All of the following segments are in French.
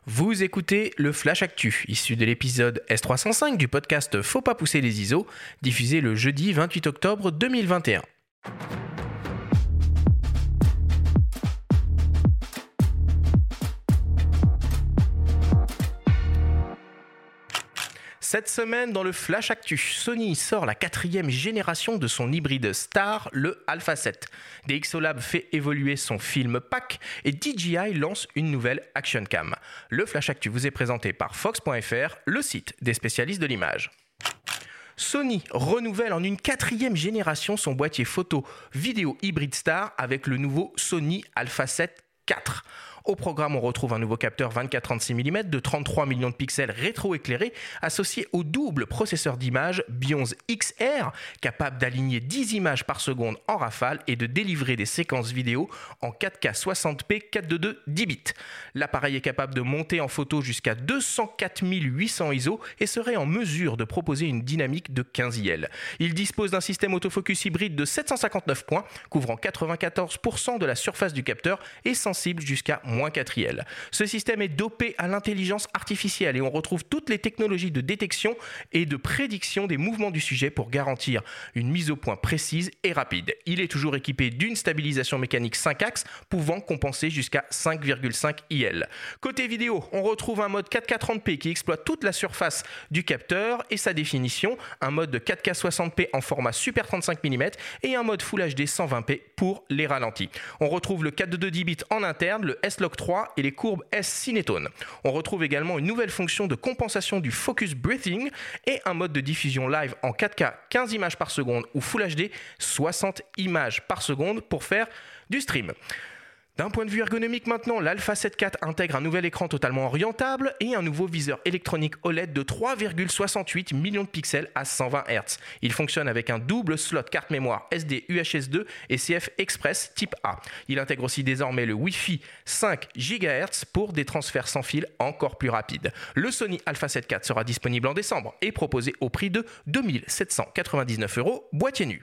Vous écoutez le Flash Actu, issu de l'épisode S305 du podcast Faut pas pousser les ISO, diffusé le jeudi 28 octobre 2021. Cette semaine, dans le Flash Actu, Sony sort la 4e génération de son hybride Star, le Alpha 7. DxO Lab fait évoluer son film pack et DJI lance une nouvelle Action Cam. Le Flash Actu vous est présenté par Fox.fr, le site des spécialistes de l'image. Sony renouvelle en une 4e génération son boîtier photo vidéo hybride Star avec le nouveau Sony Alpha 7 IV. Au programme, on retrouve un nouveau capteur 24-36 mm de 33 millions de pixels rétro-éclairé associé au double processeur d'image Bi11 XR capable d'aligner 10 images par seconde en rafale et de délivrer des séquences vidéo en 4K 60p 422 10 bits. L'appareil est capable de monter en photo jusqu'à 204 800 ISO et serait en mesure de proposer une dynamique de 15 IL. Il dispose d'un système autofocus hybride de 759 points couvrant 94% de la surface du capteur et sensible jusqu'à -4 IL. Ce système est dopé à l'intelligence artificielle et on retrouve toutes les technologies de détection et de prédiction des mouvements du sujet pour garantir une mise au point précise et rapide. Il est toujours équipé d'une stabilisation mécanique 5 axes pouvant compenser jusqu'à 5,5 IL. Côté vidéo, on retrouve un mode 4K 30p qui exploite toute la surface du capteur et sa définition, un mode de 4K 60p en format Super 35 mm et un mode Full HD 120p pour les ralentis. On retrouve le 422 10 bits en interne, le S-Log 3 et les courbes S-Cinetone. On retrouve également une nouvelle fonction de compensation du focus breathing et un mode de diffusion live en 4K 15 images par seconde ou Full HD 60 images par seconde pour faire du stream. D'un point de vue ergonomique maintenant, l'Alpha 7 IV intègre un nouvel écran totalement orientable et un nouveau viseur électronique OLED de 3,68 millions de pixels à 120 Hz. Il fonctionne avec un double slot carte mémoire SD UHS 2 et CF Express type A. Il intègre aussi désormais le Wi-Fi 5 GHz pour des transferts sans fil encore plus rapides. Le Sony Alpha 7 IV sera disponible en décembre et proposé au prix de 2 799 €, boîtier nu.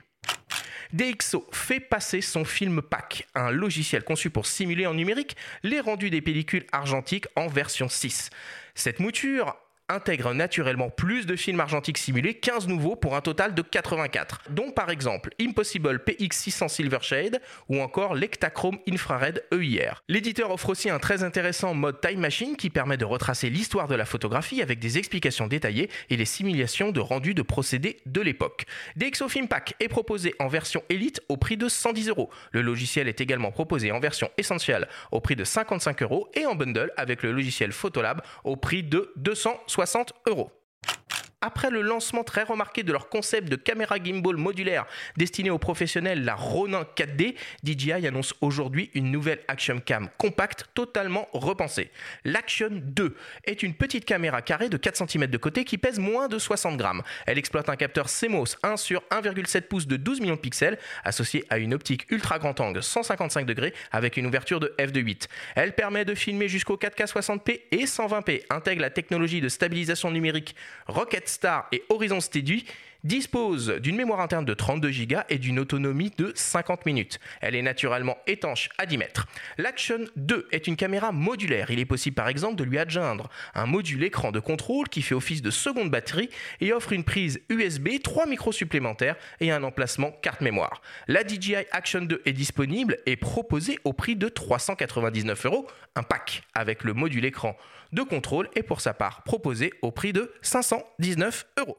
DxO fait passer son film pack, un logiciel conçu pour simuler en numérique les rendus des pellicules argentiques en version 6. Cette mouture intègre naturellement plus de films argentiques simulés, 15 nouveaux pour un total de 84, dont par exemple Impossible PX600 Silvershade ou encore l'Ektachrome Infrared EIR. L'éditeur offre aussi un très intéressant mode Time Machine qui permet de retracer l'histoire de la photographie avec des explications détaillées et les simulations de rendus de procédés de l'époque. DxO Film Pack est proposé en version Elite au prix de 110 €. Le logiciel est également proposé en version Essential au prix de 55 € et en bundle avec le logiciel Photolab au prix de 260 €. Après le lancement très remarqué de leur concept de caméra gimbal modulaire destinée aux professionnels, la Ronin 4D, DJI annonce aujourd'hui une nouvelle Action Cam compacte totalement repensée. L'Action 2 est une petite caméra carrée de 4 cm de côté qui pèse moins de 60 grammes. Elle exploite un capteur CMOS 1 sur 1,7 pouces de 12 millions de pixels associé à une optique ultra grand angle 155 degrés avec une ouverture de f2.8. Elle permet de filmer jusqu'au 4K 60p et 120p, intègre la technologie de stabilisation numérique Rocket Star et Horizon Steady, dispose d'une mémoire interne de 32 Go et d'une autonomie de 50 minutes. Elle est naturellement étanche à 10 mètres. L'Action 2 est une caméra modulaire. Il est possible par exemple de lui adjoindre un module écran de contrôle qui fait office de seconde batterie et offre une prise USB, 3 micros supplémentaires et un emplacement carte mémoire. La DJI Action 2 est disponible et proposée au prix de 399 €. Un pack avec le module écran de contrôle est pour sa part proposé au prix de 519 €.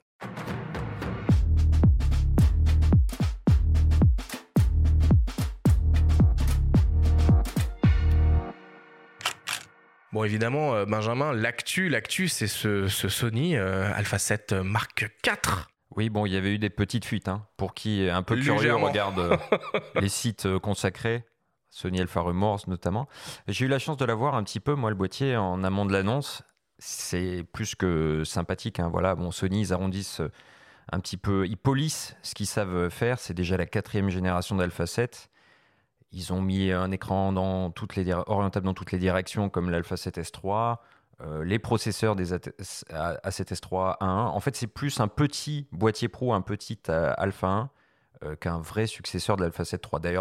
Bon, évidemment, Benjamin, l'actu, c'est ce Sony Alpha 7 Mark IV. Oui, bon, il y avait eu des petites fuites. Pour qui est un peu curieux, regarde les sites consacrés, Sony Alpha Rumors notamment. J'ai eu la chance de l'avoir un petit peu, moi, le boîtier, en amont de l'annonce. C'est plus que sympathique. Voilà, bon, Sony, ils arrondissent un petit peu, ils polissent ce qu'ils savent faire. C'est déjà la 4e génération d'Alpha 7. Ils ont mis un écran orientable dans toutes les directions, comme l'Alpha 7S3, les processeurs des A7S3 A1. En fait, c'est plus un petit boîtier pro, un petit Alpha 1, qu'un vrai successeur de l'Alpha 7 III. D'ailleurs,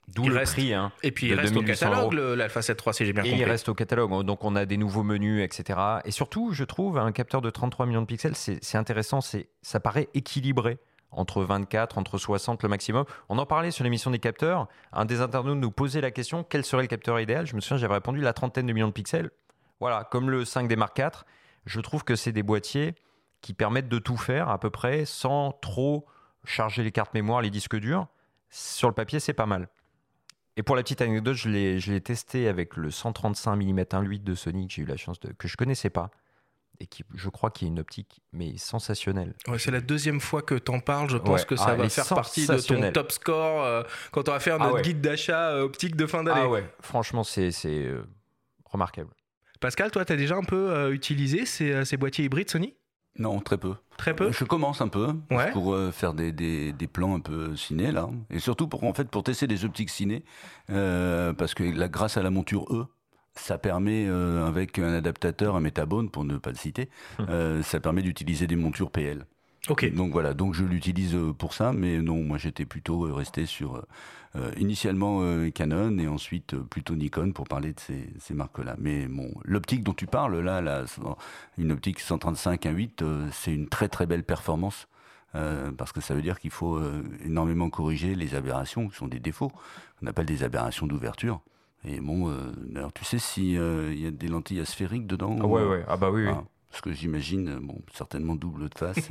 D'où le prix. Et puis il reste au catalogue, l'Alpha 7 III, si j'ai bien compris. Il reste au catalogue, donc on a des nouveaux menus, etc. Et surtout, je trouve, un capteur de 33 millions de pixels, c'est intéressant, ça paraît équilibré. Entre 24, entre 60 le maximum. On en parlait sur l'émission des capteurs. Un des internautes nous posait la question, quel serait le capteur idéal ? Je me souviens, j'avais répondu la 30aine de millions de pixels. Voilà, comme le 5D Mark IV. Je trouve que c'est des boîtiers qui permettent de tout faire à peu près sans trop charger les cartes mémoire, les disques durs. Sur le papier, c'est pas mal. Et pour la petite anecdote, je l'ai testé avec le 135 mm 1.8 de Sony que j'ai eu la chance que je connaissais pas. Et qui, je crois qu'il y a une optique mais sensationnelle. Ouais, c'est la deuxième fois que t'en parles. Je pense que ça va faire partie de ton top score quand on va faire notre guide d'achat optique de fin d'année. Ah ouais, franchement, c'est remarquable. Pascal, toi, t'as déjà un peu utilisé ces boîtiers hybrides Sony ? Non, très peu. Très peu ? Je commence un peu pour faire des plans un peu ciné, là. Et surtout pour tester des optiques ciné. Parce que grâce à la monture E, ça permet, avec un adaptateur, un Metabone, pour ne pas le citer, ça permet d'utiliser des montures PL. Ok. Donc voilà, donc je l'utilise pour ça, mais non, moi j'étais plutôt resté sur initialement Canon et ensuite plutôt Nikon pour parler de ces marques-là. Mais bon, l'optique dont tu parles, là une optique 135 1.8, c'est une très très belle performance. Parce que ça veut dire qu'il faut énormément corriger les aberrations, qui sont des défauts, qu'on appelle des aberrations d'ouverture. Et bon, d'ailleurs, tu sais s'il y a des lentilles asphériques dedans Ouais. Ah bah oui. Parce que j'imagine, certainement double de face.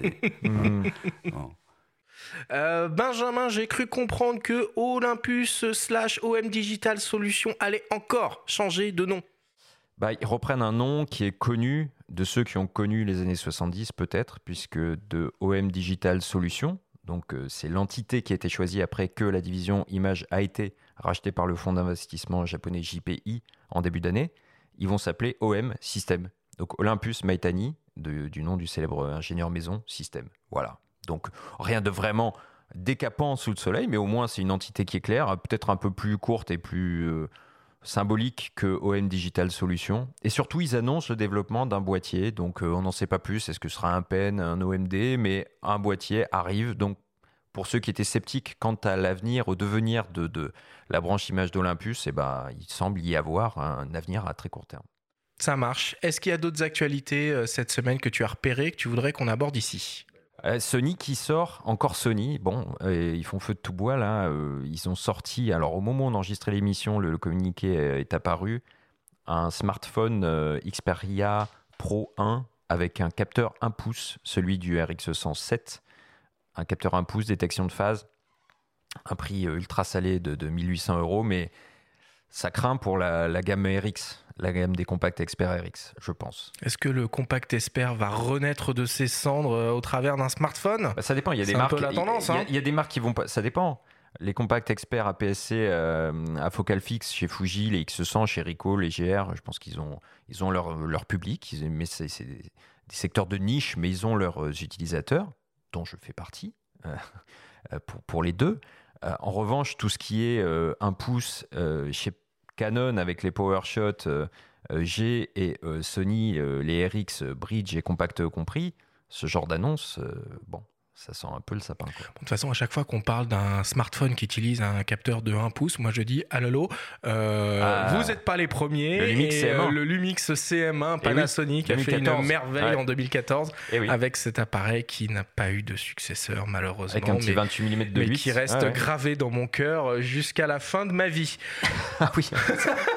Benjamin, j'ai cru comprendre que Olympus/OM Digital Solutions allait encore changer de nom. Ils reprennent un nom qui est connu de ceux qui ont connu les années 70 peut-être, puisque de OM Digital Solutions, donc c'est l'entité qui a été choisie après que la division Image a été rachetée par le fonds d'investissement japonais JPI en début d'année, ils vont s'appeler OM System. Donc Olympus Maitani, du nom du célèbre ingénieur maison System. Voilà. Donc rien de vraiment décapant sous le soleil, mais au moins c'est une entité qui est claire, peut-être un peu plus courte et plus symbolique que OM Digital Solutions. Et surtout, ils annoncent le développement d'un boîtier. Donc on n'en sait pas plus. Est-ce que ce sera un PEN, un OMD ? Mais un boîtier arrive. Donc pour ceux qui étaient sceptiques quant à l'avenir, au devenir de la branche image d'Olympus, il semble y avoir un avenir à très court terme. Ça marche. Est-ce qu'il y a d'autres actualités cette semaine que tu as repérées, que tu voudrais qu'on aborde ici ? Sony qui sort, encore Sony, ils font feu de tout bois là, ils ont sorti, alors au moment où on enregistrait l'émission, le communiqué est apparu, un smartphone Xperia Pro 1 avec un capteur 1 pouce, celui du RX107, un capteur 1 pouce, détection de phase, un prix ultra salé de 1800 €, mais ça craint pour la gamme RX. La gamme des compacts Expert RX, je pense. Est-ce que le compact Expert va renaître de ses cendres au travers d'un smartphone ? Ça dépend, il y a des marques. C'est un peu la tendance. Il y a des marques qui vont pas. Ça dépend. Les compacts Expert APS-C à focale fixe chez Fuji, les X100 chez Ricoh, les GR, je pense qu'ils ont leur public. Mais c'est des secteurs de niche, mais ils ont leurs utilisateurs, dont je fais partie, pour les deux. En revanche, tout ce qui est 1 pouce chez Canon avec les PowerShot G et Sony, les RX, Bridge et Compact compris, ce genre d'annonce, ça sent un peu le sapin. Quoi. De toute façon, à chaque fois qu'on parle d'un smartphone qui utilise un capteur de 1 pouce, moi je dis allô, vous n'êtes pas les premiers. Le Lumix CM1. Le Lumix CM1 Panasonic a fait une merveille en 2014 avec cet appareil qui n'a pas eu de successeur malheureusement. Avec un petit 28 mm de 8. Mais qui reste gravé dans mon cœur jusqu'à la fin de ma vie. Ah oui.